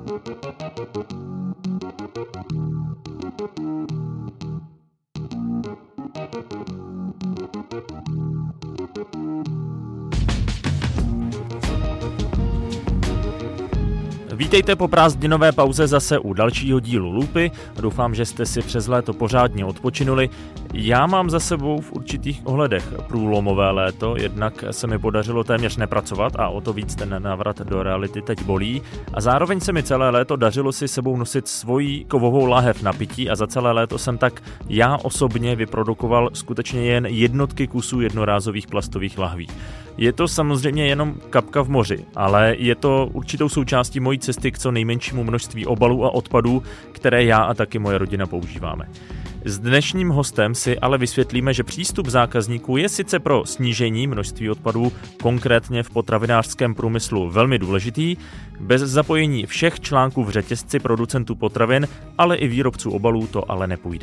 Vítejte po prázdninové pauze zase u dalšího dílu Lupy. Doufám, že jste si přes léto pořádně odpočinuli. Já mám za sebou v určitých ohledech průlomové léto, jednak se mi podařilo téměř nepracovat a o to víc ten návrat do reality teď bolí. A zároveň se mi celé léto dařilo si sebou nosit svoji kovovou lahev na pití a za celé léto jsem tak já osobně vyprodukoval skutečně jen jednotky kusů jednorázových plastových lahví. Je to samozřejmě jenom kapka v moři, ale je to určitou součástí mojí cesty k co nejmenšímu množství obalů a odpadů, které já a taky moje rodina používáme. S dnešním hostem si ale vysvětlíme, že přístup zákazníků je sice pro snížení množství odpadů, konkrétně v potravinářském průmyslu, velmi důležitý, bez zapojení všech článků v řetězci producentů potravin, ale i výrobců obalů to ale nepůjde.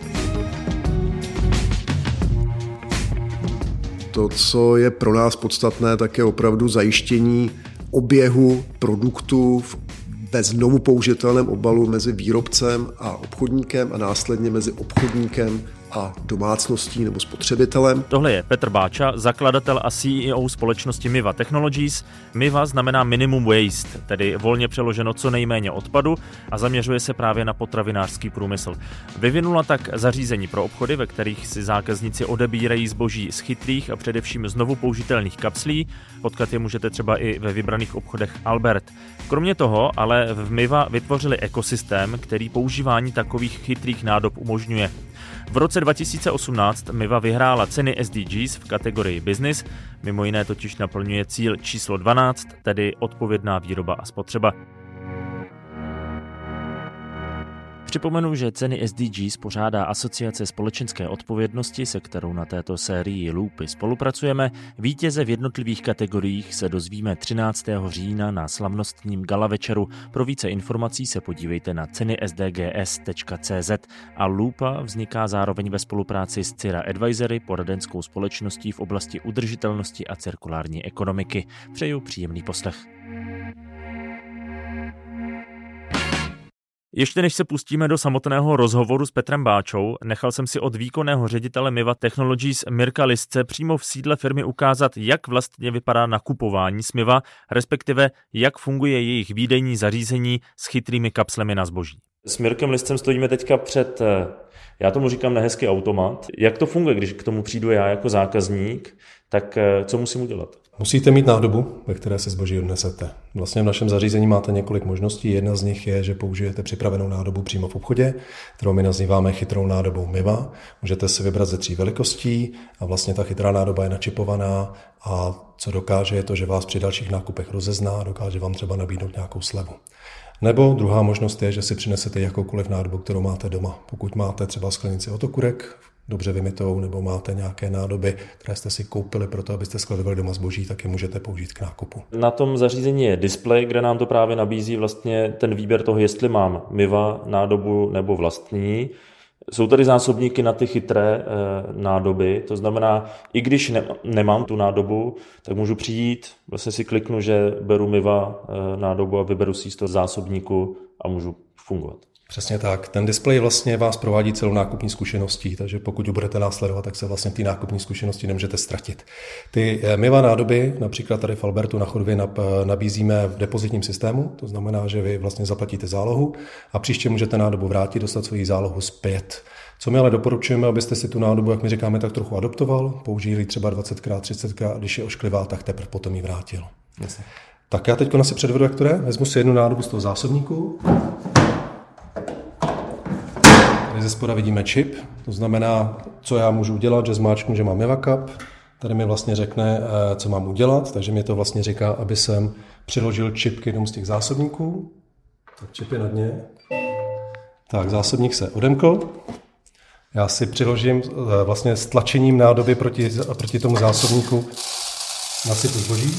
To, co je pro nás podstatné, tak je opravdu zajištění oběhu produktů ve znovu použitelném obalu mezi výrobcem a obchodníkem a následně mezi obchodníkem a domácností nebo spotřebitelem. Tohle je Petr Báča, zakladatel a CEO společnosti Miva Technologies. Miva znamená minimum waste, tedy volně přeloženo co nejméně odpadu a zaměřuje se právě na potravinářský průmysl. Vyvinula tak zařízení pro obchody, ve kterých si zákazníci odebírají zboží z chytrých a především znovu použitelných kapslí. Potkat je můžete třeba i ve vybraných obchodech Albert. Kromě toho ale v Miva vytvořili ekosystém, který používání takových chytrých nádob umožňuje. V roce 2018 Miva vyhrála ceny SDGs v kategorii Business, mimo jiné totiž naplňuje cíl číslo 12, tedy odpovědná výroba a spotřeba. Připomenu, že ceny SDGs pořádá Asociace společenské odpovědnosti, se kterou na této sérii Lupy spolupracujeme. Vítěze v jednotlivých kategoriích se dozvíme 13. října na slavnostním gala večeru. Pro více informací se podívejte na cenysdgs.cz a Lupa vzniká zároveň ve spolupráci s Cira Advisory, poradenskou společností v oblasti udržitelnosti a cirkulární ekonomiky. Přeju příjemný poslech. Ještě než se pustíme do samotného rozhovoru s Petrem Báčou, nechal jsem si od výkonného ředitele Miva Technologies Mirka Lisce přímo v sídle firmy ukázat, jak vlastně vypadá nakupování s Miva, respektive jak funguje jejich výdejní zařízení s chytrými kapslemi na zboží. S Mirkem Liscem stojíme teďka před, já tomu říkám nehezký automat. Jak to funguje, když k tomu přijdu já jako zákazník, tak co musím udělat? Musíte mít nádobu, ve které se zboží odnesete. Vlastně v našem zařízení máte několik možností. Jedna z nich je, že použijete připravenou nádobu přímo v obchodě, kterou my nazýváme chytrou nádobou Miva. Můžete si vybrat ze 3 velikostí a vlastně ta chytrá nádoba je načipovaná a co dokáže je to, že vás při dalších nákupech rozezná a dokáže vám třeba nabídnout nějakou slevu. Nebo druhá možnost je, že si přinesete jakoukoliv nádobu, kterou máte doma. Pokud máte třeba sklenici od okurek, dobře vymytou, nebo máte nějaké nádoby, které jste si koupili pro to, abyste skladovali doma zboží, tak je můžete použít k nákupu. Na tom zařízení je displej, kde nám to právě nabízí vlastně ten výběr toho, jestli mám Miva nádobu nebo vlastní. Jsou tady zásobníky na ty chytré nádoby, to znamená, i když nemám tu nádobu, tak můžu přijít, vlastně si kliknu, že beru Miva nádobu a vyberu si z toho zásobníku a můžu fungovat. Přesně tak. Ten displej vlastně vás provádí celou nákupní zkušeností, takže pokud ho budete následovat, tak se vlastně ty nákupní zkušenosti nemůžete ztratit. Ty Miva nádoby, například tady v Albertu na Chodvě nabízíme v depozitním systému, to znamená, že vy vlastně zaplatíte zálohu a příště můžete nádobu vrátit, dostat svoji zálohu zpět. Co my ale doporučujeme, abyste si tu nádobu, jak my říkáme, tak trochu adoptoval, použili třeba 20x, 30x, když je ošklivá, tak teprve potom ji vrátil. Jasně. Tak já teď si předvedu, jak to je. Vezmu si jednu nádobu z toho zásobníku. Tady ze spoda vidíme čip, to znamená, co já můžu udělat, že zmáčknu, že mám Miva Cup. Tady mi vlastně řekne, co mám udělat, takže mi to vlastně říká, aby jsem přiložil čip k jednomu z těch zásobníků. Tak čip je na dně. Tak, zásobník se odemkl. Já si přiložím vlastně s tlačením nádoby proti tomu zásobníku nasypu zboží.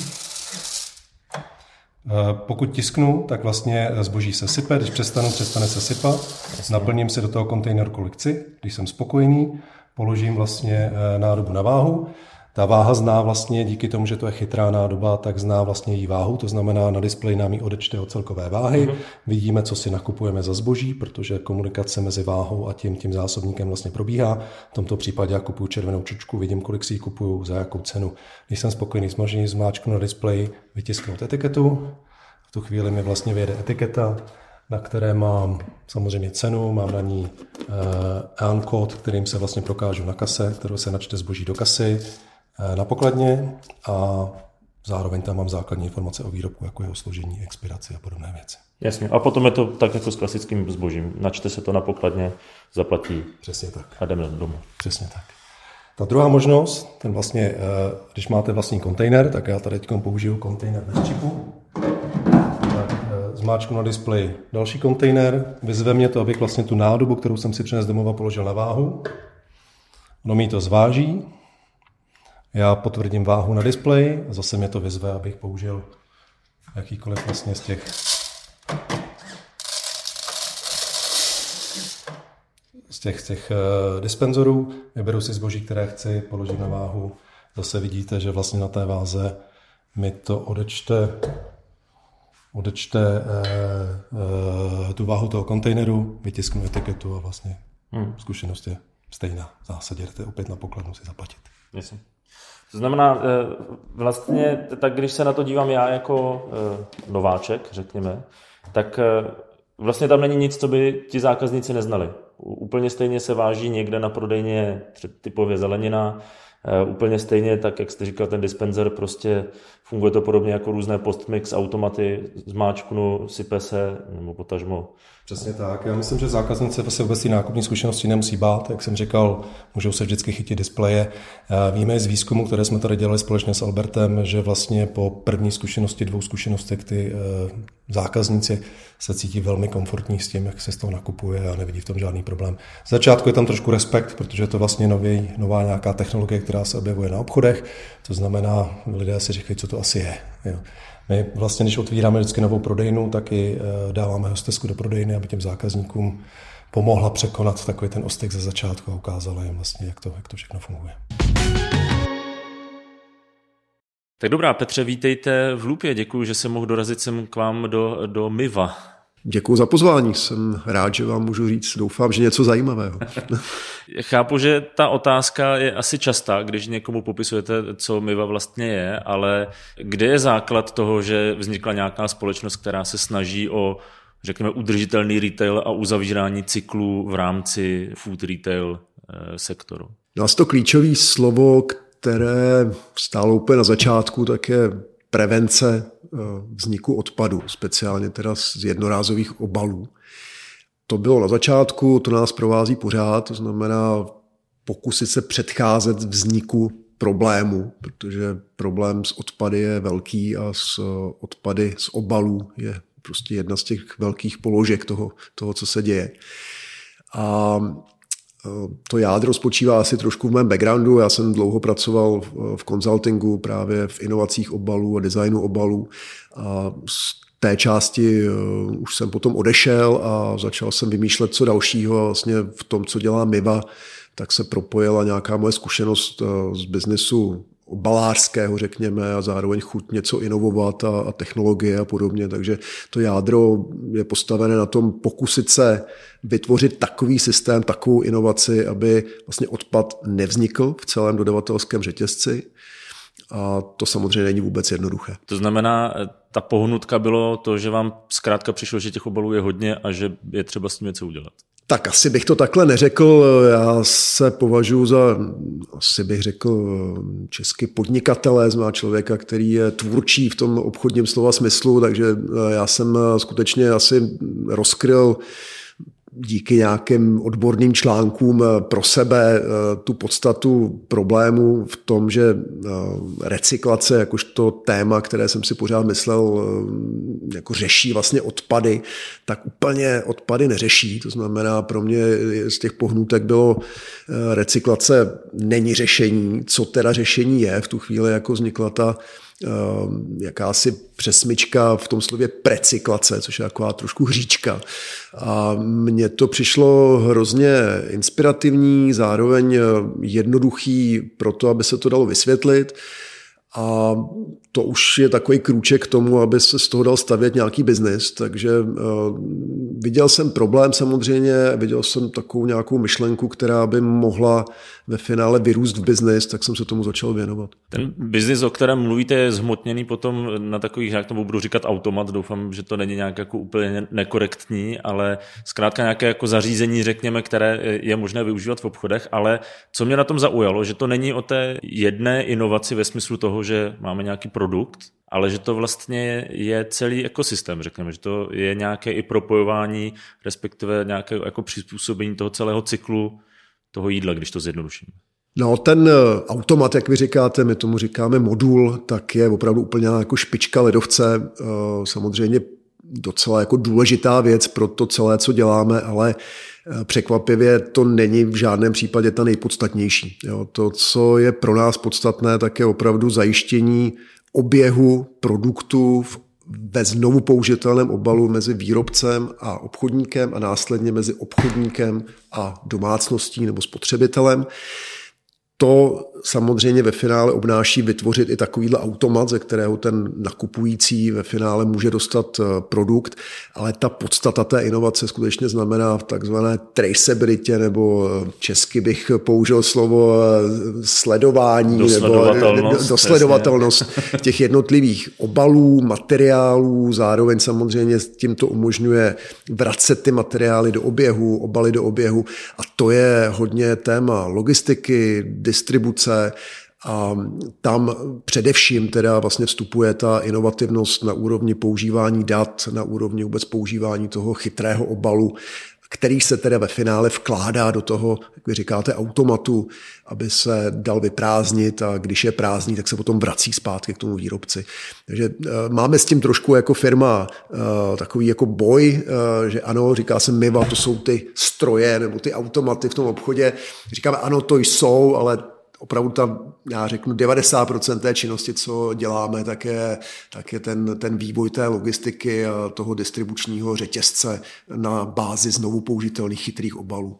Pokud tisknu, tak vlastně zboží se sype, když přestane se sypat. Naplním si do toho kontejneru kolik chci, když jsem spokojený, položím vlastně nádobu na váhu Ta váha zná vlastně, díky tomu, že to je chytrá nádoba, tak zná vlastně její váhu, to znamená na displeji nám ji odečte od celkové váhy. Vidíme, co si nakupujeme za zboží, protože komunikace mezi váhou a tím zásobníkem vlastně probíhá. V tomto případě já kupuju červenou čočku, vidím, kolik si ji kupuju, za jakou cenu. Když jsem spokojený s možností, zmáčknu na displeji, vytisknout etiketu. V tu chvíli mi vlastně vyjede etiketa, na které mám samozřejmě cenu, mám na ní EAN kód, kterým se vlastně prokážu na kase, kterou se načte zboží do kasy, na pokladně a zároveň tam mám základní informace o výrobku, jako jeho složení, expiraci a podobné věci. Jasně. A potom je to tak jako s klasickým zbožím. Načte se to na pokladně, zaplatí. Přesně tak. A jdeme domů. Přesně tak. Ta druhá možnost, ten vlastně, když máte vlastní kontejner, tak já tady teď použiju kontejner bez čipu. Zmáčknu na displeji další kontejner, vyzve mě to, abych vlastně tu nádobu, kterou jsem si přinesl domova, položil na váhu. Ono mi to zváží. Já potvrdím váhu na displeji a zase mě to vyzve, abych použil jakýkoliv vlastně z těch dispenzorů. Vyberu si zboží, které chci, položím na váhu. Zase vidíte, že vlastně na té váze mi to odečte tu váhu toho kontejneru, vytisknu etiketu a vlastně zkušenost je stejná. V zásadě jdete opět na pokladnu si zaplatit. Jasně. To znamená, vlastně, tak když se na to dívám já jako nováček, řekněme, tak vlastně tam není nic, co by ti zákazníci neznali. Úplně stejně se váží někde na prodejně typově zelenina, úplně stejně, tak jak jste říkal, ten dispenser, prostě funguje to podobně jako různé postmix automaty, zmáčknu, sype se, nebo potažmo. Přesně tak. Já myslím, že zákazníci se vůbec té nákupní zkušenosti nemusí bát. Jak jsem říkal, můžou se vždycky chytit displeje. Víme z výzkumu, které jsme tady dělali společně s Albertem, že vlastně po první zkušenosti, 2 zkušenostech ty zákazníci se cítí velmi komfortní s tím, jak se z toho nakupuje a nevidí v tom žádný problém. Z začátku je tam trošku respekt, protože je to vlastně nová nějaká technologie, která se objevuje na obchodech. To znamená, lidé si říkají, co to asi je. Jo. My vlastně, když otvíráme vždycky novou prodejnu, tak i dáváme hostesku do prodejny, aby těm zákazníkům pomohla překonat takový ten ostek ze začátku a ukázala jim vlastně, jak to všechno funguje. Tak dobrá, Petře, vítejte v Lupě. Děkuji, že jsem mohl dorazit sem k vám do MIVA. Děkuji za pozvání, jsem rád, že vám můžu říct, doufám, že něco zajímavého. Chápu, že ta otázka je asi častá, když někomu popisujete, co MIVA vlastně je, ale kde je základ toho, že vznikla nějaká společnost, která se snaží o, řekněme, udržitelný retail a uzavírání cyklů v rámci food retail sektoru? No, to klíčové slovo, které stálo úplně na začátku, tak je prevence vzniku odpadu, speciálně teda z jednorázových obalů. To bylo na začátku, to nás provází pořád, to znamená pokusit se předcházet vzniku problému, protože problém s odpady je velký a s odpady z obalů je prostě jedna z těch velkých položek toho co se děje. A to jádro spočívá asi trošku v mém backgroundu. Já jsem dlouho pracoval v consultingu právě v inovacích obalů a designu obalů. A z té části už jsem potom odešel a začal jsem vymýšlet co dalšího. A vlastně v tom, co dělá MIVA, tak se propojila nějaká moje zkušenost z biznesu obalářského, řekněme, a zároveň chuť něco inovovat a technologie a podobně. Takže to jádro je postavené na tom pokusit se vytvořit takový systém, takovou inovaci, aby vlastně odpad nevznikl v celém dodavatelském řetězci. A to samozřejmě není vůbec jednoduché. To znamená, ta pohnutka bylo to, že vám zkrátka přišlo, že těch obalů je hodně a že je třeba s tím něco udělat. Tak asi bych to takhle neřekl. Já se považuji za, asi bych řekl, česky podnikatele, znamená člověka, který je tvůrčí v tom obchodním slova smyslu, takže já jsem skutečně asi rozkryl díky nějakým odborným článkům pro sebe tu podstatu problému v tom, že recyklace, jakožto téma, které jsem si pořád myslel, jako řeší vlastně odpady, tak úplně odpady neřeší. To znamená, pro mě z těch pohnutek bylo, recyklace není řešení. Co teda řešení je? V tu chvíli jako vznikla ta jakási přesmyčka v tom slově recyklace, což je taková trošku hříčka. A mně to přišlo hrozně inspirativní, zároveň jednoduchý pro to, aby se to dalo vysvětlit. A to už je takový krůček k tomu, aby se z toho dal stavět nějaký biznis. Takže viděl jsem problém samozřejmě, viděl jsem takovou nějakou myšlenku, která by mohla ve finále vyrůst v biznis, tak jsem se tomu začal věnovat. Ten biznis, o kterém mluvíte, je zhmotněný potom na takových, jak tomu budu říkat automat, doufám, že to není nějak jako úplně nekorektní, ale zkrátka nějaké jako zařízení, řekněme, které je možné využívat v obchodech, ale co mě na tom zaujalo, že to není o té jedné inovaci ve smyslu toho, že máme nějaký produkt, ale že to vlastně je celý ekosystém, řekněme, že to je nějaké i propojování, respektive nějaké jako přizpůsobení toho celého cyklu toho jídla, když to zjednoduším. No, ten automat, jak vy říkáte, my tomu říkáme modul, tak je opravdu úplně jako špička ledovce. Samozřejmě docela jako důležitá věc pro to celé, co děláme, ale překvapivě to není v žádném případě ta nejpodstatnější. Jo, to, co je pro nás podstatné, tak je opravdu zajištění oběhu produktů ve znovu použitelném obalu mezi výrobcem a obchodníkem a následně mezi obchodníkem a domácností nebo spotřebitelem. To samozřejmě ve finále obnáší vytvořit i takovýhle automat, ze kterého ten nakupující ve finále může dostat produkt, ale ta podstata té inovace skutečně znamená v takzvané traceabilitě, nebo česky bych použil slovo sledování nebo dosledovatelnost těch jednotlivých obalů, materiálů, zároveň samozřejmě tím to umožňuje vracet ty materiály do oběhu, obaly do oběhu a to je hodně téma logistiky, distribuce a tam především teda vlastně vstupuje ta inovativnost na úrovni používání dat, na úrovni vůbec používání toho chytrého obalu, který se teda ve finále vkládá do toho, jak vy říkáte, automatu, aby se dal vyprázdnit a když je prázdný, tak se potom vrací zpátky k tomu výrobci. Takže máme s tím trošku jako firma takový jako boj, že ano, říká se MIVA, to jsou ty stroje nebo ty automaty v tom obchodě. Říkáme ano, to jsou, ale opravdu tam, já řeknu, 90% té činnosti, co děláme, tak je ten vývoj té logistiky a toho distribučního řetězce na bázi znovu použitelných chytrých obalů.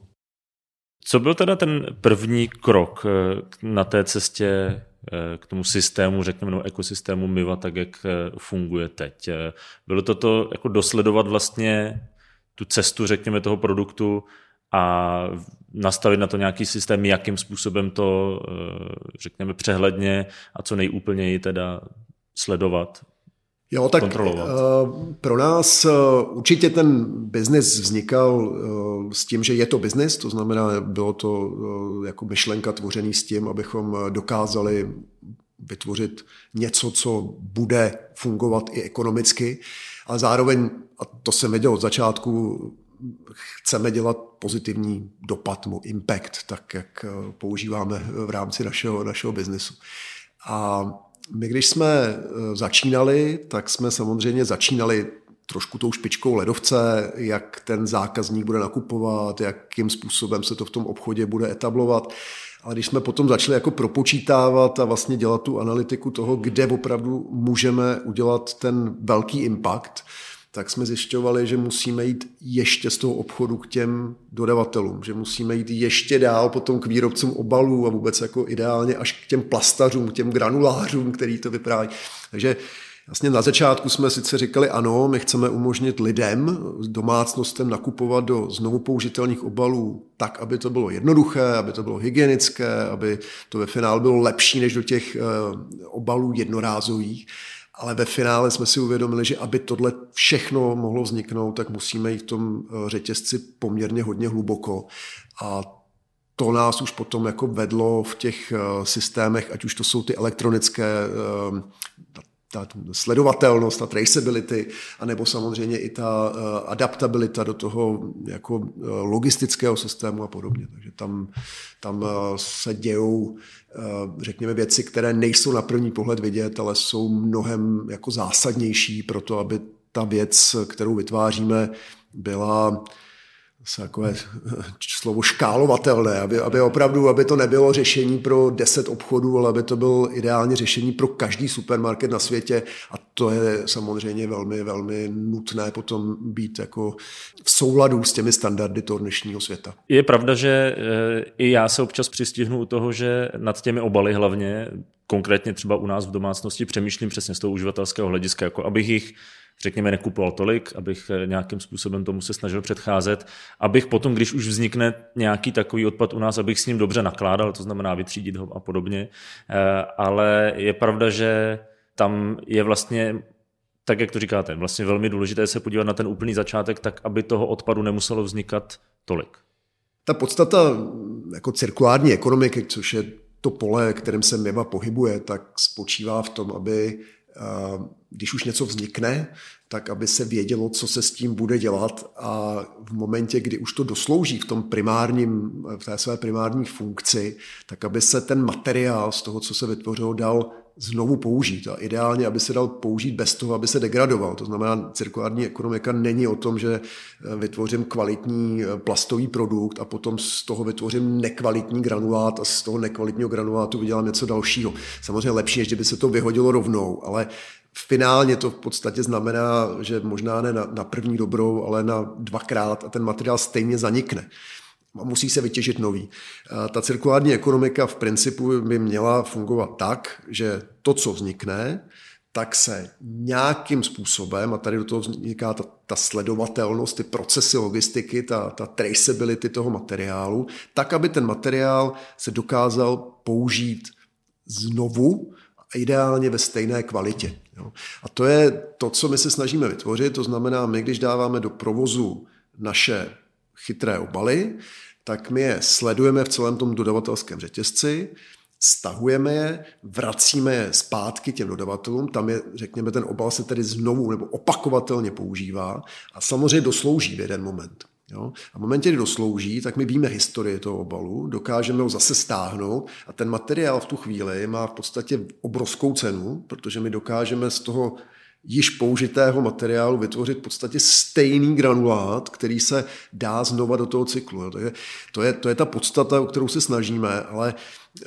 Co byl teda ten první krok na té cestě k tomu systému, řekněme, no, ekosystému MIVA, tak jak funguje teď? Bylo to jako dosledovat vlastně tu cestu, řekněme, toho produktu a nastavit na to nějaký systém, jakým způsobem to, řekněme, přehledně a co nejúplněji teda sledovat, jo, tak kontrolovat. Pro nás určitě ten biznis vznikal s tím, že je to biznis, to znamená, bylo to jako myšlenka tvořený s tím, abychom dokázali vytvořit něco, co bude fungovat i ekonomicky, ale zároveň, a to jsem věděl od začátku, chceme dělat pozitivní dopad, impact, tak jak používáme v rámci našeho biznesu. A my, když jsme začínali, tak jsme samozřejmě začínali trošku tou špičkou ledovce, jak ten zákazník bude nakupovat, jakým způsobem se to v tom obchodě bude etablovat. Ale když jsme potom začali jako propočítávat a vlastně dělat tu analytiku toho, kde opravdu můžeme udělat ten velký impact, tak jsme zjišťovali, že musíme jít ještě z toho obchodu k těm dodavatelům, že musíme jít ještě dál potom k výrobcům obalů a vůbec jako ideálně až k těm plastařům, k těm granulářům, který to vypráví. Takže vlastně na začátku jsme sice říkali ano, my chceme umožnit lidem, domácnostem nakupovat do znovu použitelných obalů tak, aby to bylo jednoduché, aby to bylo hygienické, aby to ve finále bylo lepší než do těch obalů jednorázových. Ale ve finále jsme si uvědomili, že aby tohle všechno mohlo vzniknout, tak musíme jít v tom řetězci poměrně hodně hluboko. A to nás už potom jako vedlo v těch systémech, ať už to jsou ty elektronické, ta sledovatelnost, ta traceability, anebo samozřejmě i ta adaptabilita do toho jako logistického systému a podobně. Takže tam se dějou, řekněme, věci, které nejsou na první pohled vidět, ale jsou mnohem jako zásadnější pro to, aby ta věc, kterou vytváříme, byla takové slovo škálovatelné, aby opravdu, aby to nebylo řešení pro 10 obchodů, ale aby to bylo ideálně řešení pro každý supermarket na světě a to je samozřejmě velmi, velmi nutné potom být jako v souladu s těmi standardy toho dnešního světa. Je pravda, že i já se občas přistihnu u toho, že nad těmi obaly hlavně, konkrétně třeba u nás v domácnosti, přemýšlím přesně z toho uživatelského hlediska, jako abych jich řekněme, nekupoval tolik, abych nějakým způsobem tomu se snažil předcházet, abych potom, když už vznikne nějaký takový odpad u nás, abych s ním dobře nakládal, to znamená vytřídit ho a podobně. Ale je pravda, že tam je vlastně, tak jak to říkáte, vlastně velmi důležité se podívat na ten úplný začátek, tak aby toho odpadu nemuselo vznikat tolik. Ta podstata jako cirkulární ekonomiky, což je to pole, kterým se MIVA pohybuje, tak spočívá v tom, aby když už něco vznikne, tak aby se vědělo, co se s tím bude dělat a v momentě, kdy už to doslouží v té své primární funkci, tak aby se ten materiál z toho, co se vytvořilo, dal znovu použít a ideálně, aby se dal použít bez toho, aby se degradoval. To znamená, cirkulární ekonomika není o tom, že vytvořím kvalitní plastový produkt a potom z toho vytvořím nekvalitní granulát a z toho nekvalitního granulátu vydělám něco dalšího. Samozřejmě lepší, než kdyby se to vyhodilo rovnou, ale finálně to v podstatě znamená, že možná ne na první dobrou, ale na 2krát a ten materiál stejně zanikne. Musí se vytěžit nový. Ta cirkulární ekonomika v principu by měla fungovat tak, že to, co vznikne, tak se nějakým způsobem, a tady do toho vzniká ta sledovatelnost, ty procesy logistiky, ta traceability toho materiálu, tak, aby ten materiál se dokázal použít znovu a ideálně ve stejné kvalitě. A to je to, co my se snažíme vytvořit, to znamená, my, když dáváme do provozu naše chytré obaly, tak my je sledujeme v celém tom dodavatelském řetězci, stahujeme je, vracíme je zpátky těm dodavatelům, tam je, řekněme, ten obal se tedy znovu nebo opakovatelně používá a samozřejmě doslouží v jeden moment. Jo? A v momentě, kdy doslouží, tak my víme historii toho obalu, dokážeme ho zase stáhnout a ten materiál v tu chvíli má v podstatě obrovskou cenu, protože my dokážeme z toho již použitého materiálu vytvořit v podstatě stejný granulát, který se dá znova do toho cyklu. To je ta podstata, o kterou se snažíme, ale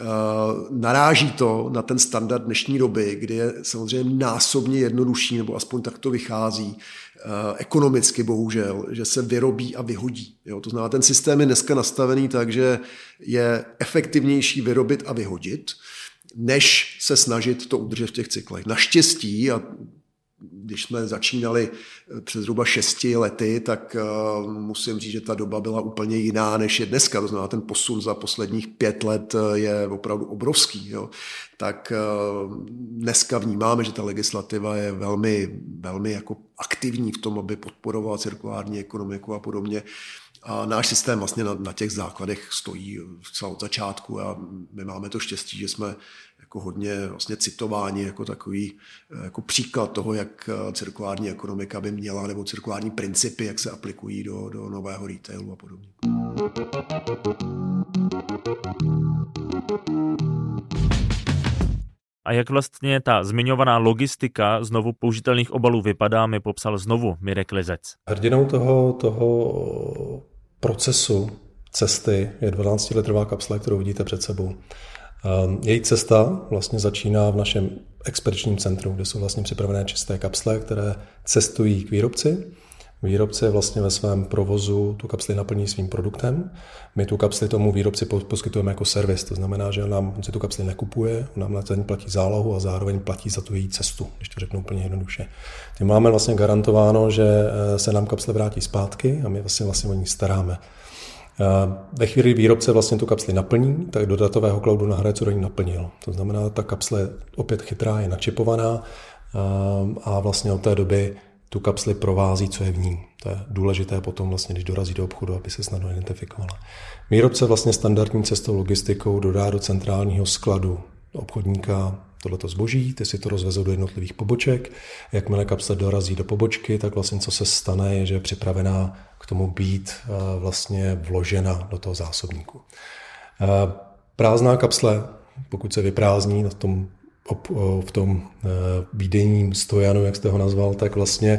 naráží to na ten standard dnešní doby, kdy je samozřejmě násobně jednodušší, nebo aspoň tak to vychází, ekonomicky bohužel, že se vyrobí a vyhodí. Jo? To znamená, ten systém je dneska nastavený tak, že je efektivnější vyrobit a vyhodit, než se snažit to udržet v těch cyklech. Naštěstí, a když jsme začínali před zhruba 6 lety, tak musím říct, že ta doba byla úplně jiná, než je dneska. To znamená, ten posun za posledních 5 let je opravdu obrovský. Jo. Tak dneska vnímáme, že ta legislativa je velmi, velmi jako aktivní v tom, aby podporovala cirkulární ekonomiku a podobně. A náš systém vlastně na těch základech stojí celou od začátku a my máme to štěstí, že jsme jako hodně vlastně citováni jako takový jako příklad toho, jak cirkulární ekonomika by měla, nebo cirkulární principy, jak se aplikují do nového retailu a podobně. A jak vlastně ta zmiňovaná logistika znovu použitelných obalů vypadá, mi popsal znovu Mirek Lizec. Hrdinou toho procesu cesty je 12-litrová kapsle, kterou vidíte před sebou. Její cesta vlastně začíná v našem expedičním centru, kde jsou vlastně připravené čisté kapsle, které cestují k výrobci. Výrobce vlastně ve svém provozu tu kapsli naplní svým produktem. My tu kapsli tomu výrobci poskytujeme jako servis, to znamená, že on si tu kapsli nekupuje, on nám za ní platí zálohu a zároveň platí za tu její cestu, když to řeknu úplně jednoduše. Tím máme vlastně garantováno, že se nám kapsle vrátí zpátky a my vlastně o ní staráme. Ve chvíli výrobce vlastně tu kapsli naplní, tak do datového cloudu nahraje, co do ní naplnil. To znamená, ta kapsle opět chytrá, je načipovaná a vlastně od té doby tu kapsli provází, co je v ní. To je důležité potom vlastně, když dorazí do obchodu, aby se snadno identifikovala. Výrobce vlastně standardní cestou logistikou dodá do centrálního skladu obchodníka tohleto zboží, ty si to rozvezou do jednotlivých poboček. Jakmile kapsle dorazí do pobočky, tak vlastně co se stane, je, že je připravená k tomu být vlastně vložena do toho zásobníku. Prázdná kapsle, pokud se vyprázdní v tom výdejním stojanu, jak jste ho nazval, tak vlastně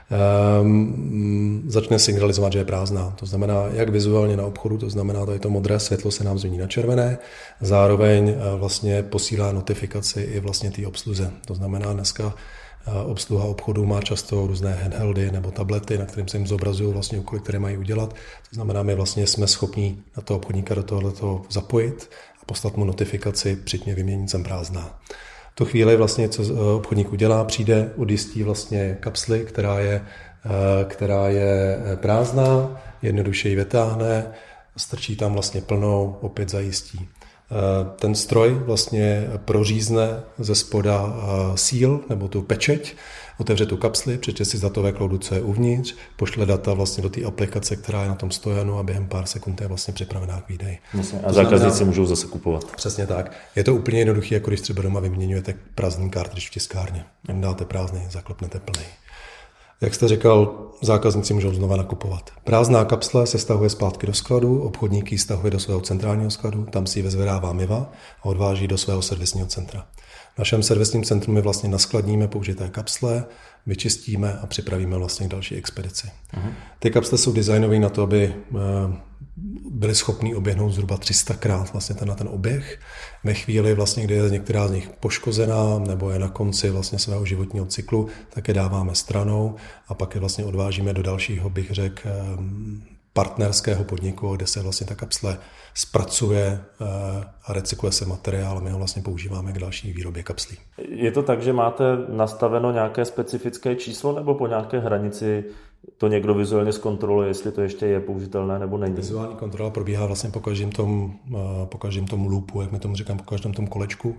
začne signalizovat, že je prázdná. To znamená, jak vizuálně na obchodu, to znamená, tady to modré světlo se nám změní na červené, zároveň vlastně posílá notifikaci i vlastně té obsluze. To znamená, dneska obsluha obchodu má často různé handheldy nebo tablety, na kterým se jim zobrazují vlastně úkoly, které mají udělat. To znamená, my vlastně jsme schopni na toho obchodníka do tohoto zapojit a poslat mu notifikaci, přijďme vyměnit, jsem prázdná. V tu chvíli vlastně, co obchodník udělá, přijde, odjistí vlastně kapsli, která je prázdná, jednoduše ji vytáhne, strčí tam vlastně plnou, opět zajistí. Ten stroj vlastně prořízne ze spoda seal nebo tu pečeť, otevře tu kapsli, přečte si z datové cloudu, co je uvnitř, pošle data vlastně do té aplikace, která je na tom stojanu a během pár sekund je vlastně připravená k výdeji. A zákazníci můžou zase kupovat. Přesně tak. Je to úplně jednoduché, jako když třeba doma vyměňujete prázdný kartridž v tiskárně. Dáte prázdný, zaklopnete plný. Jak jste říkal, zákazníci můžou znova nakupovat. Prázdná kapsle se stahuje zpátky do skladu, obchodník ji stahuje do svého centrálního skladu, tam si ji vezvedává MIVA a odváží do svého servisního centra. V našem servisním centru my vlastně naskladníme použité kapsle, vyčistíme a připravíme vlastně k další expedici. Ty kapsle jsou designové na to, aby byly schopný oběhnout zhruba 300krát vlastně ten oběh. Ve chvíli, vlastně, kdy je některá z nich poškozená nebo je na konci vlastně svého životního cyklu, tak je dáváme stranou a pak je vlastně odvážíme do dalšího, bych řekl, partnerského podniku, kde se vlastně ta kapsle zpracuje a recykluje se materiál a my ho vlastně používáme k další výrobě kapslí. Je to tak, že máte nastaveno nějaké specifické číslo nebo po nějaké hranici to někdo vizuálně zkontroluje, jestli to ještě je použitelné nebo není? Vizuální kontrola probíhá vlastně po každém tom loopu, jak my tomu říkám, po každém tom kolečku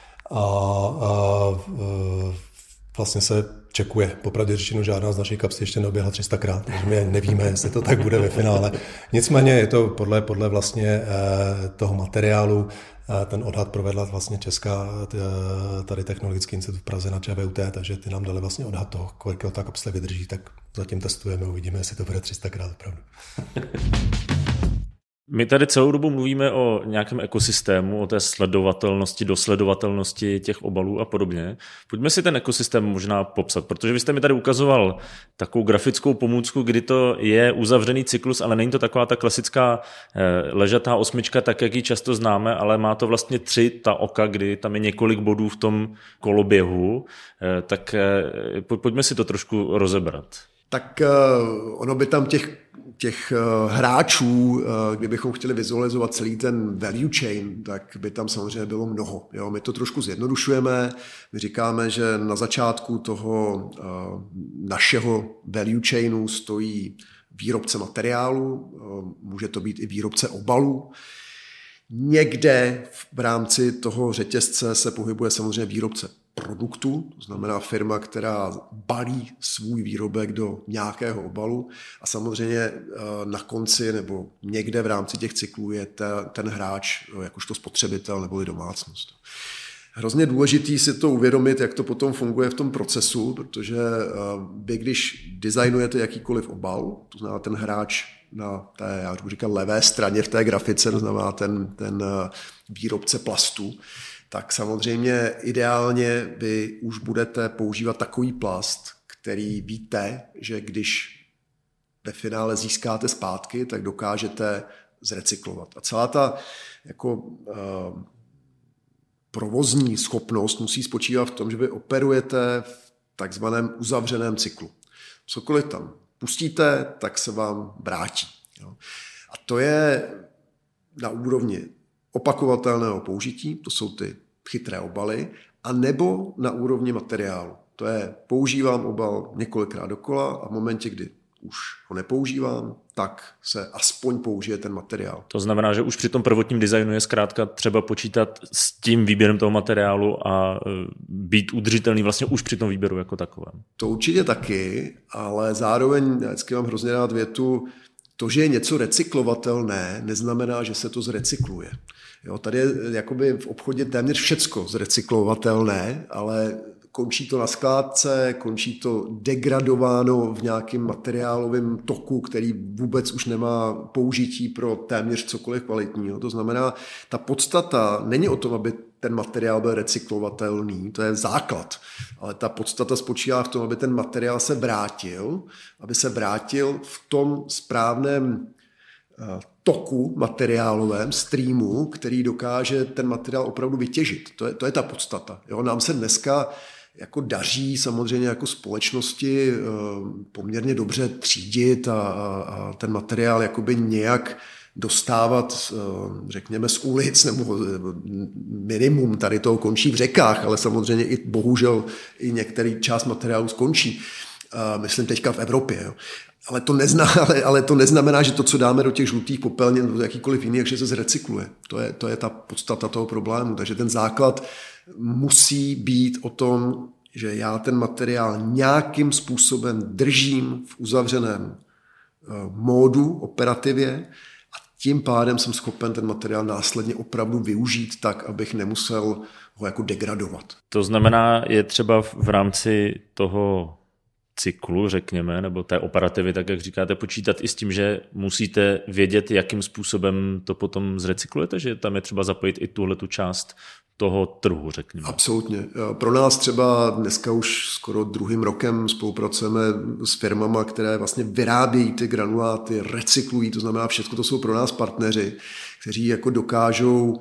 a vlastně se čekuje. Popravdě řečeno, žádná z našich kapslí ještě neoběhla 300krát, takže my nevíme, jestli to tak bude ve finále. Nicméně je to podle vlastně toho materiálu, ten odhad provedla vlastně Česká tady Technologický institut v Praze na ČVUT, takže ty nám dali vlastně odhad toho, kolik ta kapsle vydrží, tak zatím testujeme, uvidíme, jestli to bude 300krát opravdu. My tady celou dobu mluvíme o nějakém ekosystému, o té sledovatelnosti, dosledovatelnosti těch obalů a podobně. Pojďme si ten ekosystém možná popsat, protože vy jste mi tady ukazoval takovou grafickou pomůcku, kdy to je uzavřený cyklus, ale není to taková ta klasická ležatá osmička, tak jak ji často známe, ale má to vlastně 3 ta oka, kdy tam je několik bodů v tom koloběhu. Tak pojďme si to trošku rozebrat. Tak ono by tam těch hráčů, kdybychom chtěli vizualizovat celý ten value chain, tak by tam samozřejmě bylo mnoho. Jo, my to trošku zjednodušujeme, my říkáme, že na začátku toho našeho value chainu stojí výrobce materiálu, může to být i výrobce obalů. Někde v rámci toho řetězce se pohybuje samozřejmě výrobce produktu, to znamená firma, která balí svůj výrobek do nějakého obalu a samozřejmě na konci nebo někde v rámci těch cyklů je ten hráč jakožto spotřebitel nebo i domácnost. Hrozně důležitý si to uvědomit, jak to potom funguje v tom procesu, protože vy, když designujete jakýkoliv obal, to znamená ten hráč na té, já budu říkat, levé straně v té grafice, to znamená ten výrobce plastu, tak samozřejmě ideálně vy už budete používat takový plast, který víte, že když ve finále získáte zpátky, tak dokážete zrecyklovat. A celá ta provozní schopnost musí spočívat v tom, že vy operujete v takzvaném uzavřeném cyklu. Cokoliv tam pustíte, tak se vám vrátí. A to je na úrovni opakovatelného použití, to jsou ty chytré obaly, a nebo na úrovni materiálu. To je, používám obal několikrát dokola a v momentě, kdy už ho nepoužívám, tak se aspoň použije ten materiál. To znamená, že už při tom prvotním designu je zkrátka třeba počítat s tím výběrem toho materiálu a být udržitelný vlastně už při tom výběru jako takovém. To určitě taky, ale zároveň vždycky mám hrozně rád větu, to, že je něco recyklovatelné, neznamená, že se to zrecykluje. Jo, tady je jakoby v obchodě téměř všecko zrecyklovatelné, ale končí to na skládce, končí to degradováno v nějakém materiálovém toku, který vůbec už nemá použití pro téměř cokoliv kvalitního. To znamená, ta podstata není o tom, aby ten materiál byl recyklovatelný, to je základ. Ale ta podstata spočívá v tom, aby ten materiál se vrátil, v tom správném toku materiálovém, streamu, který dokáže ten materiál opravdu vytěžit. To je ta podstata. Jo? Nám se dneska jako daří samozřejmě jako společnosti poměrně dobře třídit a ten materiál jakoby nějak dostávat, řekněme, z ulic, nebo minimum tady toho končí v řekách, ale samozřejmě i bohužel i některý část materiálu skončí. Myslím teďka v Evropě. Jo. Ale to neznamená, že to, co dáme do těch žlutých popelnin nebo do jakýkoliv jiný, takže se zrecykluje. To je ta podstata toho problému. Takže ten základ musí být o tom, že já ten materiál nějakým způsobem držím v uzavřeném módu, operativě, a tím pádem jsem schopen ten materiál následně opravdu využít tak, abych nemusel ho jako degradovat. To znamená, je třeba v rámci toho cyklu, řekněme, nebo té operativy, tak jak říkáte, počítat i s tím, že musíte vědět, jakým způsobem to potom zrecyklujete, že tam je třeba zapojit i tuhletu část toho trhu, řekněme. Absolutně. Pro nás třeba dneska už skoro 2. rokem spolupracujeme s firmama, které vlastně vyrábějí ty granuláty, recyklují, to znamená všechno to jsou pro nás partneři, kteří jako dokážou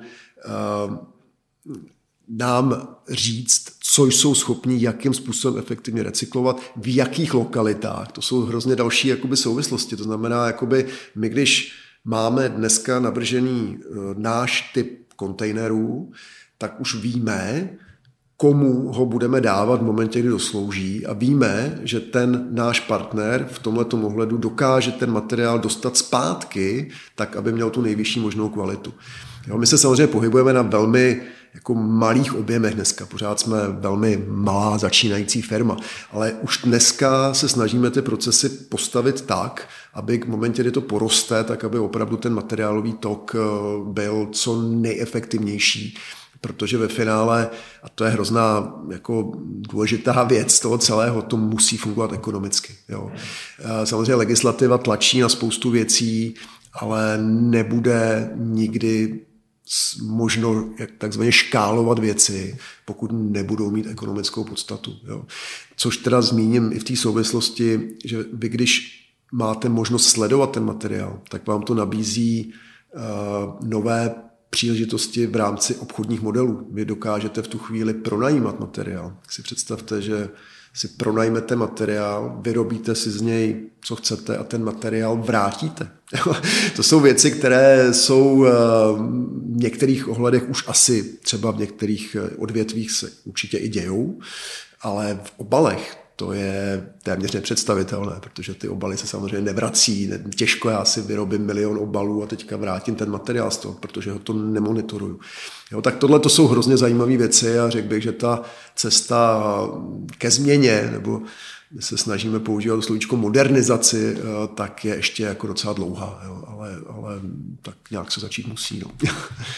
nám říct, co jsou schopni, jakým způsobem efektivně recyklovat, v jakých lokalitách. To jsou hrozně další jakoby souvislosti. To znamená, jakoby my, když máme dneska navržený náš typ kontejnerů, tak už víme, komu ho budeme dávat v momentě, kdy doslouží, a víme, že ten náš partner v tomhletom ohledu dokáže ten materiál dostat zpátky, tak, aby měl tu nejvyšší možnou kvalitu. Jo, my se samozřejmě pohybujeme na velmi jako malých objemech dneska. Pořád jsme velmi malá začínající firma, ale už dneska se snažíme ty procesy postavit tak, aby k momentě, kdy to poroste, tak aby opravdu ten materiálový tok byl co nejefektivnější, protože ve finále, a to je hrozná jako důležitá věc toho celého, to musí fungovat ekonomicky. Jo. Samozřejmě legislativa tlačí na spoustu věcí, ale nebude nikdy možno takzvaně škálovat věci, pokud nebudou mít ekonomickou podstatu. Jo. Což teda zmíním i v té souvislosti, že vy, když máte možnost sledovat ten materiál, tak vám to nabízí nové příležitosti v rámci obchodních modelů. Vy dokážete v tu chvíli pronajímat materiál. Tak si představte, že si pronajmete materiál, vyrobíte si z něj, co chcete, a ten materiál vrátíte. To jsou věci, které jsou v některých ohledech už asi třeba v některých odvětvích se určitě i dějou, ale v obalech to je téměř nepředstavitelné, protože ty obaly se samozřejmě nevrací. Těžko já si vyrobím 1 000 000 obalů a teďka vrátím ten materiál z toho, protože ho to nemonitoruju. Jo, tak tohle to jsou hrozně zajímavé věci a řekl bych, že ta cesta ke změně, nebo my se snažíme používat slovíčko modernizaci, tak je ještě jako docela dlouhá, jo, ale tak nějak se začít musí. No.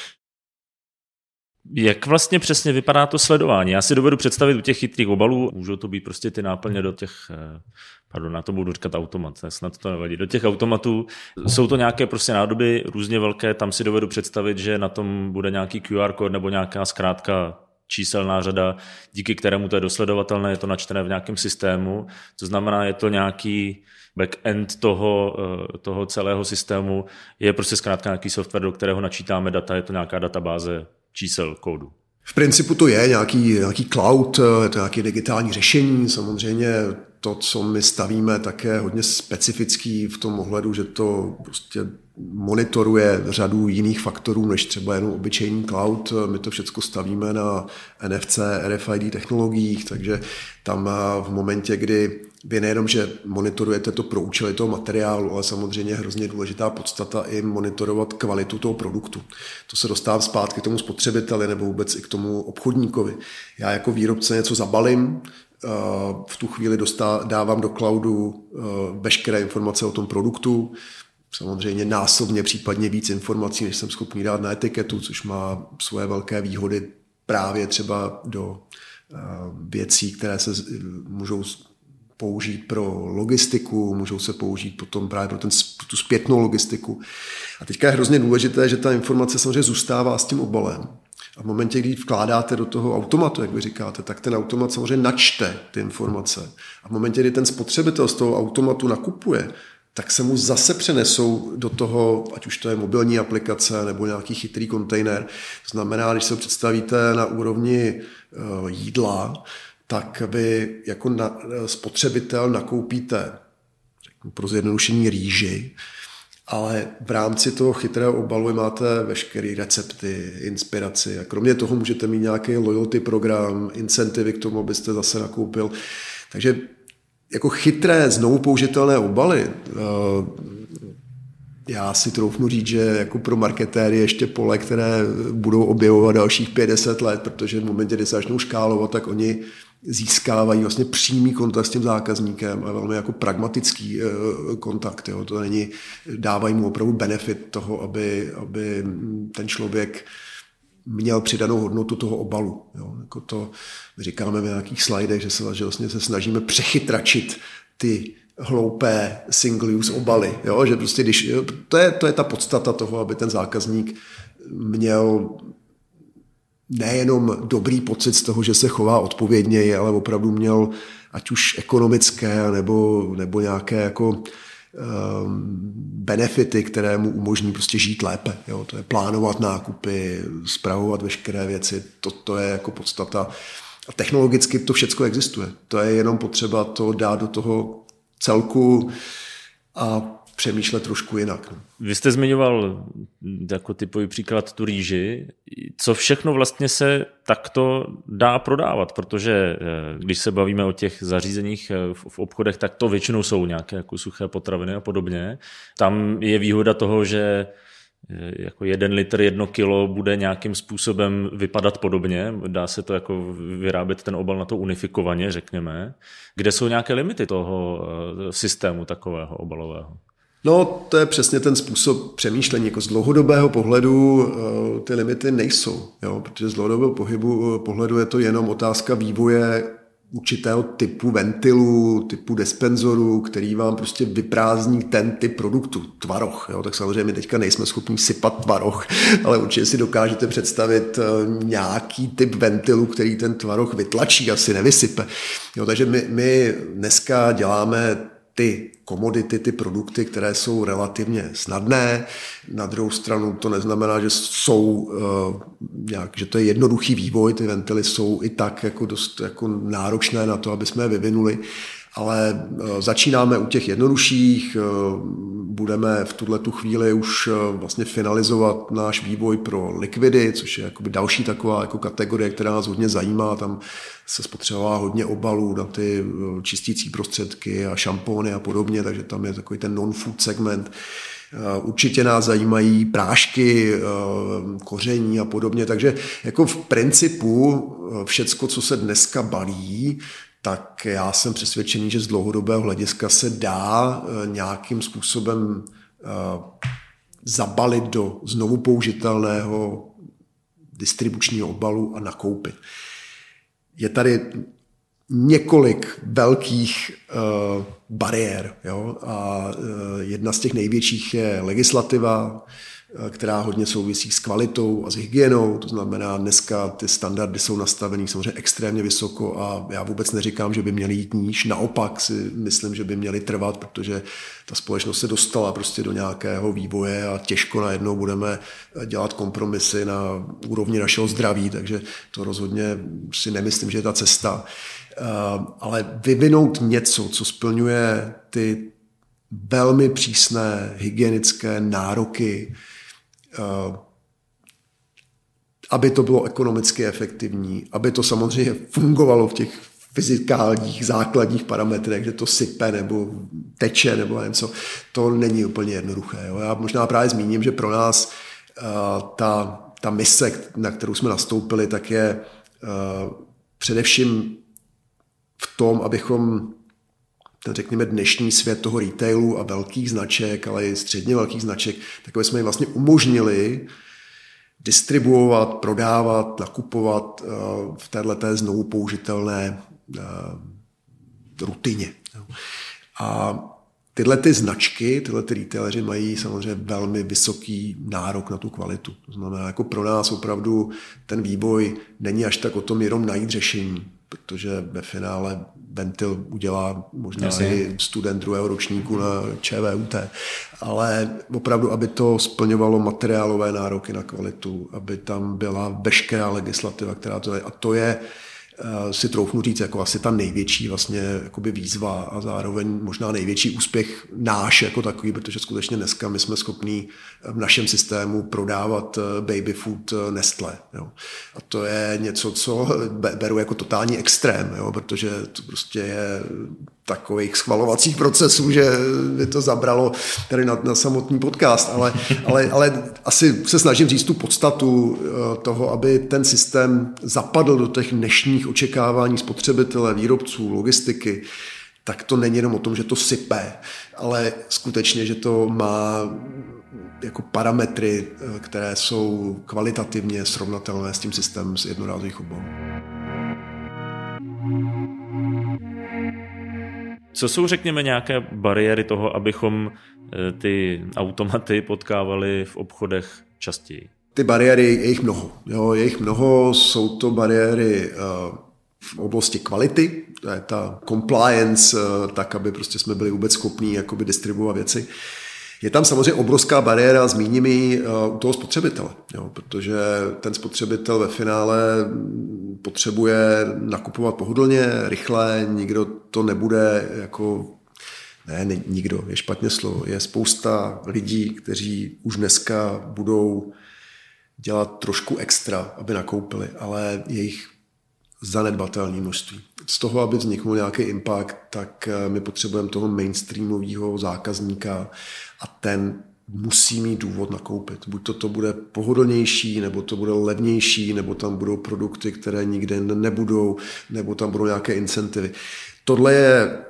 Jak vlastně přesně vypadá to sledování? Já si dovedu představit u těch chytrých obalů, můžou to být prostě ty náplně do těch, na to budu říkat automat, snad to nevadí, do těch automatů. Jsou to nějaké prostě nádoby různě velké, tam si dovedu představit, že na tom bude nějaký QR kód nebo nějaká zkrátka číselná řada, díky kterému to je dosledovatelné, je to načtené v nějakém systému, to znamená, je to nějaký back-end toho celého systému, je prostě zkrátka nějaký software, do kterého načítáme data, je to nějaká databáze čísel kódu. V principu to je nějaký cloud, je to nějaké digitální řešení. Samozřejmě to, co my stavíme, tak je hodně specifický v tom ohledu, že to prostě monitoruje řadu jiných faktorů, než třeba jenom obyčejný cloud. My to všechno stavíme na NFC, RFID technologiích, takže tam v momentě, kdy vy nejenom, že monitorujete to pro účely toho materiálu, ale samozřejmě je hrozně důležitá podstata i monitorovat kvalitu toho produktu. To se dostává zpátky k tomu spotřebiteli nebo vůbec i k tomu obchodníkovi. Já jako výrobce něco zabalím, v tu chvíli dávám do cloudu veškeré informace o tom produktu, samozřejmě násobně případně víc informací, než jsem schopný dát na etiketu, což má svoje velké výhody právě třeba do věcí, které se můžou použít pro logistiku, můžou se použít potom právě pro tu zpětnou logistiku. A teďka je hrozně důležité, že ta informace samozřejmě zůstává s tím obalem. A v momentě, kdy vkládáte do toho automatu, jak vy říkáte, tak ten automat samozřejmě načte ty informace. A v momentě, kdy ten spotřebitel z toho automatu nakupuje, tak se mu zase přenesou do toho, ať už to je mobilní aplikace nebo nějaký chytrý kontejner. To znamená, když se představíte na úrovni jídla, tak vy jako spotřebitel nakoupíte, řeknu pro zjednodušení, rýži, ale v rámci toho chytrého obalu máte veškeré recepty, inspiraci a kromě toho můžete mít nějaký loyalty program, incentivy k tomu, abyste zase nakoupil. Takže jako chytré, znovu použitelné obaly, já si troufnu říct, že jako pro marketéry ještě pole, které budou objevovat dalších 50 let, protože v momentě, kdy se začnou škálovat, tak oni získávají vlastně přímý kontakt s tím zákazníkem a velmi jako pragmatický kontakt. Jo. To není, dávají mu opravdu benefit toho, aby ten člověk měl přidanou hodnotu toho obalu. Jo. Jako to říkáme v nějakých slajdech, že vlastně se snažíme přechytračit ty hloupé single-use obaly. Jo. Že prostě to je ta podstata toho, aby ten zákazník měl nejenom dobrý pocit z toho, že se chová odpovědněji, ale opravdu měl ať už ekonomické nebo nějaké jako benefity, které mu umožní prostě žít lépe. Jo? To je plánovat nákupy, spravovat veškeré věci, to je jako podstata. A technologicky to všecko existuje. To je jenom potřeba to dát do toho celku a přemýšlet trošku jinak. Vy jste zmiňoval jako typový příklad tu rýži. Co všechno vlastně se takto dá prodávat? Protože když se bavíme o těch zařízeních v obchodech, tak to většinou jsou nějaké jako suché potraviny a podobně. Tam je výhoda toho, že jako 1 litr, 1 kilo bude nějakým způsobem vypadat podobně. Dá se to jako vyrábět ten obal na to unifikovaně, řekněme. Kde jsou nějaké limity toho systému takového obalového? No, to je přesně ten způsob přemýšlení. Jako z dlouhodobého pohledu ty limity nejsou, jo? Protože z dlouhodobého pohledu je to jenom otázka vývoje určitého typu ventilu, typu dispenzoru, který vám prostě vyprázdní ten typ produktu, tvaroh. Jo? Tak samozřejmě teďka nejsme schopni sypat tvaroh, ale určitě si dokážete představit nějaký typ ventilu, který ten tvaroh vytlačí, asi nevysype. Jo? Takže my dneska děláme ty komodity, ty produkty, které jsou relativně snadné. Na druhou stranu to neznamená, že že to je jednoduchý vývoj, ty ventily jsou i tak jako dost jako náročné na to, aby jsme je vyvinuli, ale začínáme u těch jednodušších, budeme v tuhletu chvíli už vlastně finalizovat náš vývoj pro likvidy, což je jakoby další taková jako kategorie, která nás hodně zajímá, tam se spotřebová hodně obalů na ty čistící prostředky a šampóny a podobně, takže tam je takový ten non-food segment. Určitě nás zajímají prášky, koření a podobně, takže jako v principu všecko, co se dneska balí, tak já jsem přesvědčený, že z dlouhodobého hlediska se dá nějakým způsobem zabalit do znovu použitelného distribučního obalu a nakoupit. Je tady několik velkých bariér. Jo? A jedna z těch největších je legislativa, která hodně souvisí s kvalitou a s hygienou. To znamená, dneska ty standardy jsou nastavený samozřejmě extrémně vysoko a já vůbec neříkám, že by měly jít níž. Naopak si myslím, že by měly trvat, protože ta společnost se dostala prostě do nějakého vývoje a těžko najednou budeme dělat kompromisy na úrovni našeho zdraví, takže to rozhodně si nemyslím, že je ta cesta. Ale vyvinout něco, co splňuje ty velmi přísné hygienické nároky, aby to bylo ekonomicky efektivní, aby to samozřejmě fungovalo v těch fyzikálních základních parametrech, že to sype nebo teče nebo něco, to není úplně jednoduché. Jo. Já možná právě zmíním, že pro nás ta mise, na kterou jsme nastoupili, tak je především v tom, abychom ten, řekněme, dnešní svět toho retailu a velkých značek, ale i středně velkých značek, takové jsme jim vlastně umožnili distribuovat, prodávat, nakupovat v téhleté znovu použitelné rutině. A tyhle ty značky, tyhle ty retaileři mají samozřejmě velmi vysoký nárok na tu kvalitu. To znamená, jako pro nás opravdu ten vývoj není až tak o tom jenom najít řešení, protože ve finále Ventil udělá možná i student druhého ročníku na ČVUT, ale opravdu, aby to splňovalo materiálové nároky na kvalitu, aby tam byla veškerá legislativa, která to je, a to je, si troufnu říct, jako asi ta největší vlastně jakoby výzva a zároveň možná největší úspěch náš jako takový, protože skutečně dneska my jsme schopní v našem systému prodávat baby food Nestlé. Jo. A to je něco, co beru jako totální extrém, jo, protože to prostě je takových schvalovacích procesů, že by to zabralo tady na samotný podcast, ale asi se snažím říct tu podstatu toho, aby ten systém zapadl do těch dnešních očekávání spotřebitele, výrobců, logistiky, tak to není jenom o tom, že to sype, ale skutečně, že to má jako parametry, které jsou kvalitativně srovnatelné s tím systémem z jednorázových obalů. Co jsou, řekněme, nějaké bariéry toho, abychom ty automaty potkávali v obchodech častěji? Ty bariéry, je jich mnoho, jsou to bariéry v oblasti kvality, to je ta compliance, tak, aby prostě jsme byli vůbec schopní jakoby distribuovat věci. Je tam samozřejmě obrovská bariéra, zmíním ji u toho spotřebitele, jo, protože ten spotřebitel ve finále potřebuje nakupovat pohodlně, rychle, nikdo to nebude jako, ne, nikdo, je špatně slovo, je spousta lidí, kteří už dneska budou dělat trošku extra, aby nakoupili, ale je jich zanedbatelné množství. Z toho, aby vzniknul nějaký impact, tak my potřebujeme toho mainstreamového zákazníka a ten musí mít důvod nakoupit. Buď to bude pohodlnější, nebo to bude levnější, nebo tam budou produkty, které nikde nebudou, nebo tam budou nějaké incentivy. Tohle je,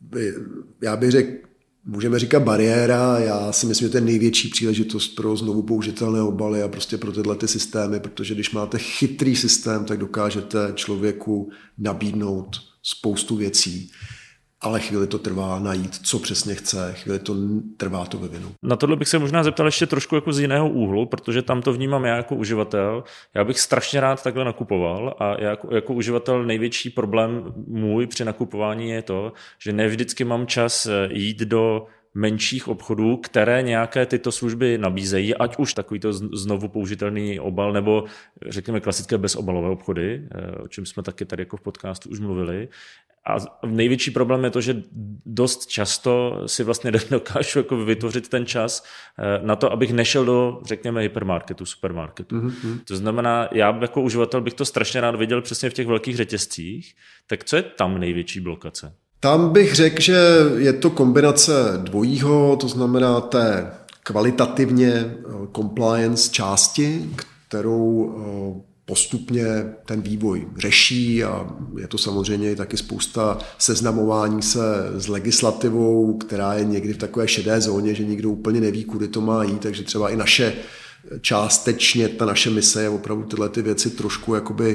já bych řekl, můžeme říkat bariéra, já si myslím, že to je největší příležitost pro znovu použitelné obaly a prostě pro tyhle ty systémy, protože když máte chytrý systém, tak dokážete člověku nabídnout spoustu věcí, ale chvíli to trvá najít, co přesně chce, chvíli to trvá to vyvinout. Na tohle bych se možná zeptal ještě trošku jako z jiného úhlu, protože tam to vnímám já jako uživatel. Já bych strašně rád takhle nakupoval a jako uživatel největší problém můj při nakupování je to, že ne vždycky mám čas jít do menších obchodů, které nějaké tyto služby nabízejí, ať už takovýto znovu použitelný obal, nebo řekněme klasické bezobalové obchody, o čem jsme taky tady jako v podcastu už mluvili. A největší problém je to, že dost často si vlastně dokážu jako vytvořit ten čas na to, abych nešel do, řekněme, hypermarketu, supermarketu. Mm-hmm. To znamená, já jako uživatel bych to strašně rád viděl přesně v těch velkých řetězcích. Tak co je tam největší blokace? Tam bych řekl, že je to kombinace dvojího, to znamená té kvalitativně compliance části, kterou postupně ten vývoj řeší a je to samozřejmě taky spousta seznamování se s legislativou, která je někdy v takové šedé zóně, že nikdo úplně neví, kudy to má jít, takže třeba i naše částečně ta naše mise je opravdu tyhle ty věci trošku jakoby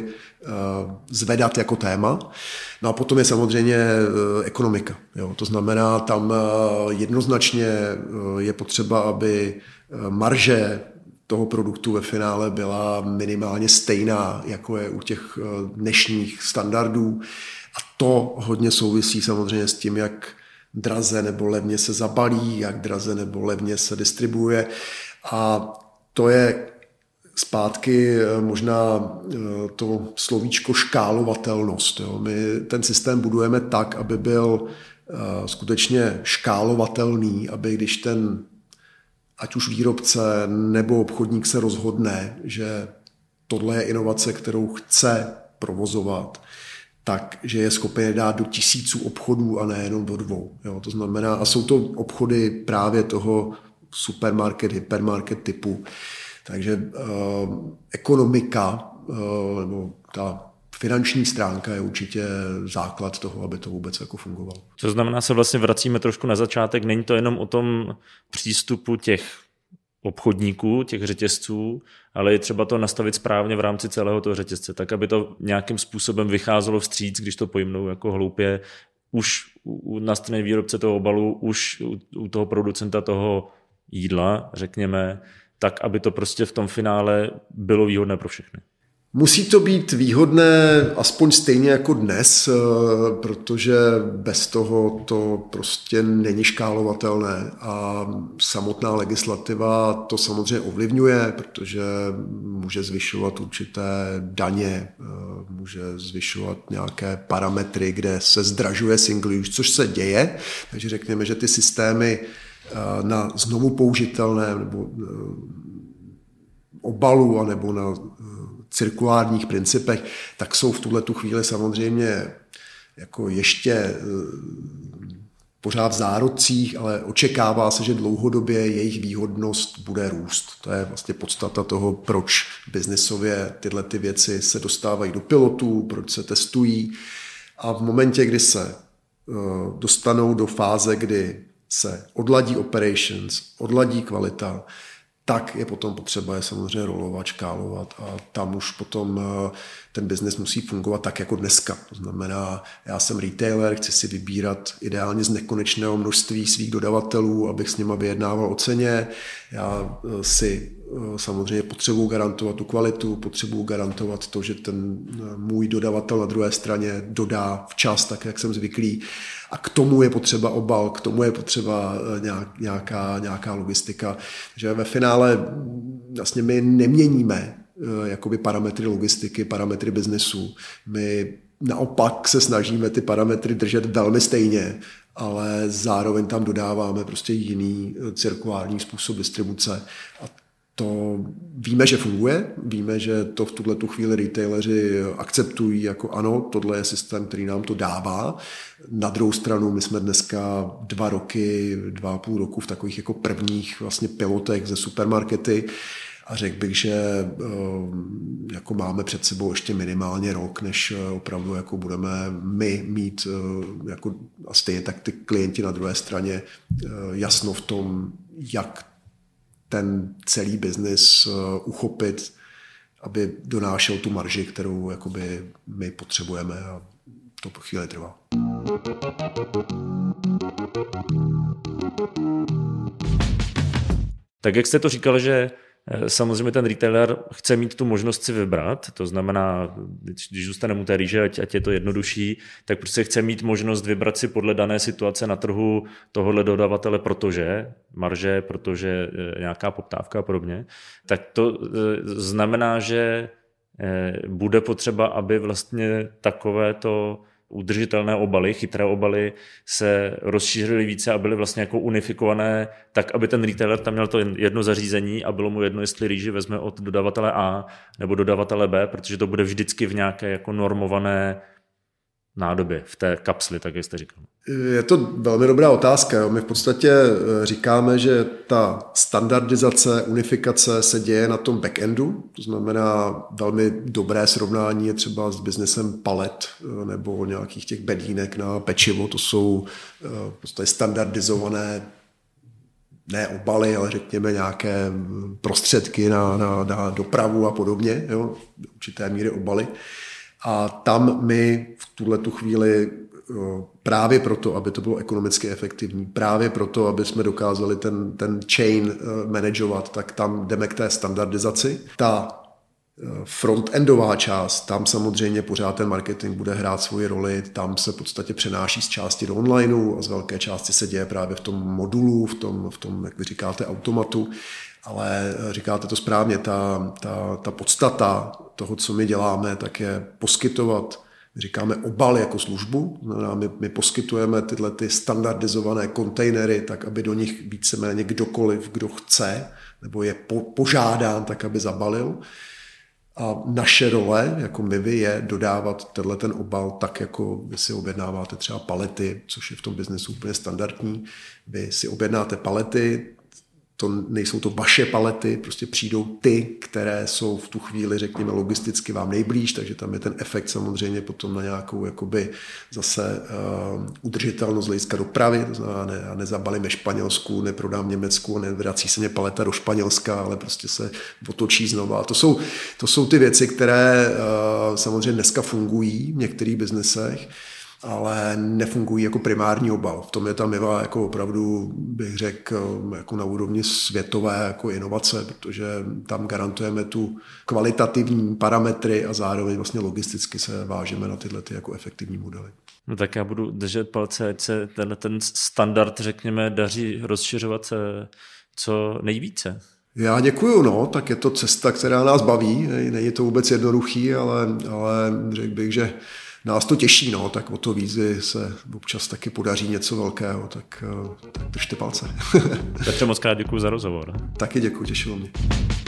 zvedat jako téma. No a potom je samozřejmě ekonomika. Jo. To znamená, tam jednoznačně je potřeba, aby marže toho produktu ve finále byla minimálně stejná, jako je u těch dnešních standardů. A to hodně souvisí samozřejmě s tím, jak draze nebo levně se zabalí, jak draze nebo levně se distribuuje. A to je zpátky možná to slovíčko škálovatelnost. Jo. My ten systém budujeme tak, aby byl skutečně škálovatelný, aby když ten ať už výrobce nebo obchodník se rozhodne, že tohle je inovace, kterou chce provozovat, takže je schopen dát do 1000 obchodů a nejenom do 2. Jo, to znamená, a jsou to obchody právě toho supermarket, hypermarket typu. Takže ekonomika nebo ta finanční stránka je určitě základ toho, aby to vůbec jako fungovalo. To znamená, se vlastně vracíme trošku na začátek. Není to jenom o tom přístupu těch obchodníků, těch řetězců, ale je třeba to nastavit správně v rámci celého toho řetězce, tak aby to nějakým způsobem vycházelo vstříc, když to pojmnou jako hloupě, už na straně výrobce toho obalu, už u toho producenta toho jídla, řekněme, tak, aby to prostě v tom finále bylo výhodné pro všechny. Musí to být výhodné aspoň stejně jako dnes, protože bez toho to prostě není škálovatelné a samotná legislativa to samozřejmě ovlivňuje, protože může zvyšovat určité daně, může zvyšovat nějaké parametry, kde se zdražuje single use, což se děje, takže řekněme, že ty systémy na znovu použitelném nebo obalu anebo na cirkulárních principech, tak jsou v tuhletu chvíli samozřejmě jako ještě pořád v zárodcích, ale očekává se, že dlouhodobě jejich výhodnost bude růst. To je vlastně podstata toho, proč biznisově tyhle ty věci se dostávají do pilotů, proč se testují. A v momentě, kdy se dostanou do fáze, kdy se odladí operations, odladí kvalita, tak je potom potřeba je samozřejmě rolovat, škálovat a tam už potom ten biznes musí fungovat tak jako dneska. To znamená, já jsem retailer, chci si vybírat ideálně z nekonečného množství svých dodavatelů, abych s nimi vyjednával o ceně. Já si samozřejmě potřebuji garantovat tu kvalitu, potřebuji garantovat to, že ten můj dodavatel na druhé straně dodá včas, tak jak jsem zvyklý. A k tomu je potřeba obal, k tomu je potřeba nějaká logistika. Že ve finále vlastně my neměníme jakoby parametry logistiky, parametry biznesu. My naopak se snažíme ty parametry držet velmi stejně, ale zároveň tam dodáváme prostě jiný cirkulární způsob distribuce. A to víme, že funguje, víme, že to v tuhletu chvíli retaileři akceptují jako ano, tohle je systém, který nám to dává. Na druhou stranu my jsme dneska 2,5 roku v takových jako prvních vlastně pilotech ze supermarkety a řekl bych, že jako máme před sebou ještě minimálně rok, než opravdu jako budeme my mít jako, a stejně tak ty klienti na druhé straně jasno v tom, jak ten celý biznis uchopit, aby donášel tu marži, kterou jakoby my potřebujeme a to po chvíli trvá. Tak jak jste to říkal, že samozřejmě ten retailer chce mít tu možnost si vybrat, to znamená, když zůstane mu té rýže, ať je to jednodušší, tak prostě chce mít možnost vybrat si podle dané situace na trhu tohohle dodavatele, protože marže, protože nějaká poptávka a podobně, tak to znamená, že bude potřeba, aby vlastně takovéto udržitelné obaly, chytré obaly se rozšířily více a byly vlastně jako unifikované tak, aby ten retailer tam měl to jedno zařízení a bylo mu jedno, jestli rýži vezme od dodavatele A nebo dodavatele B, protože to bude vždycky v nějaké jako normované nádobě, v té kapsli, tak jak jste říkal. Je to velmi dobrá otázka. Jo. My v podstatě říkáme, že ta standardizace, unifikace se děje na tom backendu, to znamená velmi dobré srovnání je třeba s biznesem palet nebo nějakých těch bedínek na pečivo, to jsou v podstatě standardizované ne obaly, ale řekněme nějaké prostředky na dopravu a podobně, jo, určité míry obaly. A tam my v tuhletu chvíli právě proto, aby to bylo ekonomicky efektivní, právě proto, aby jsme dokázali ten chain manažovat, tak tam jdeme k té standardizaci. Ta frontendová část, tam samozřejmě pořád ten marketing bude hrát svoji roli, tam se v podstatě přenáší z části do onlineu a z velké části se děje právě v tom modulu, v tom jak vy říkáte, automatu. Ale říkáte to správně, ta podstata toho, co my děláme, tak je poskytovat, my říkáme obal jako službu, my poskytujeme tyhle ty standardizované kontejnery, tak aby do nich víceméně kdokoliv, kdo chce, nebo je požádán, tak aby zabalil. A naše role, jako MIVI, je dodávat ten obal tak, jako vy si objednáváte třeba palety, což je v tom biznesu úplně standardní. Vy si objednáte palety, nejsou to vaše palety, prostě přijdou ty, které jsou v tu chvíli, řekněme, logisticky vám nejblíž, takže tam je ten efekt samozřejmě potom na nějakou jakoby zase udržitelnost z hlediska dopravy, to znamená, já nezabalím ve Španělsku, neprodám v Německu, nevrací se mě paleta do Španělska, ale prostě se otočí znova. To jsou ty věci, které samozřejmě dneska fungují v některých biznesech. ale nefungují jako primární obal. V tom je ta Miva jako opravdu, bych řekl, jako na úrovni světové jako inovace, protože tam garantujeme tu kvalitativní parametry a zároveň vlastně logisticky se vážeme na tyhle jako efektivní modely. No tak já budu držet palce, ať se ten standard, řekněme, daří rozšiřovat se co nejvíce. Já děkuju, no, tak je to cesta, která nás baví, není to vůbec jednoduchý, ale řekl bych, že nás to těší, no, tak o to víc se občas taky podaří něco velkého, tak držte palce. Petře, moc krát děkuju za rozhovor. Taky děkuju, těšilo mě.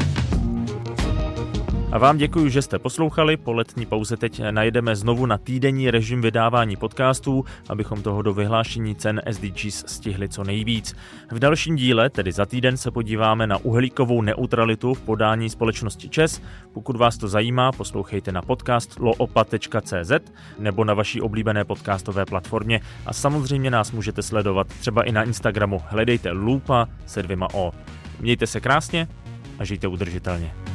A vám děkuji, že jste poslouchali. Po letní pauze teď najdeme znovu na týdenní režim vydávání podcastů, abychom toho do vyhlášení cen SDGs stihli co nejvíc. V dalším díle, tedy za týden, se podíváme na uhlíkovou neutralitu v podání společnosti ČEZ. Pokud vás to zajímá, poslouchejte na podcast loopa.cz nebo na vaší oblíbené podcastové platformě a samozřejmě nás můžete sledovat třeba i na Instagramu. Hledejte Lupa se 2 O. Mějte se krásně a žijte udržitelně.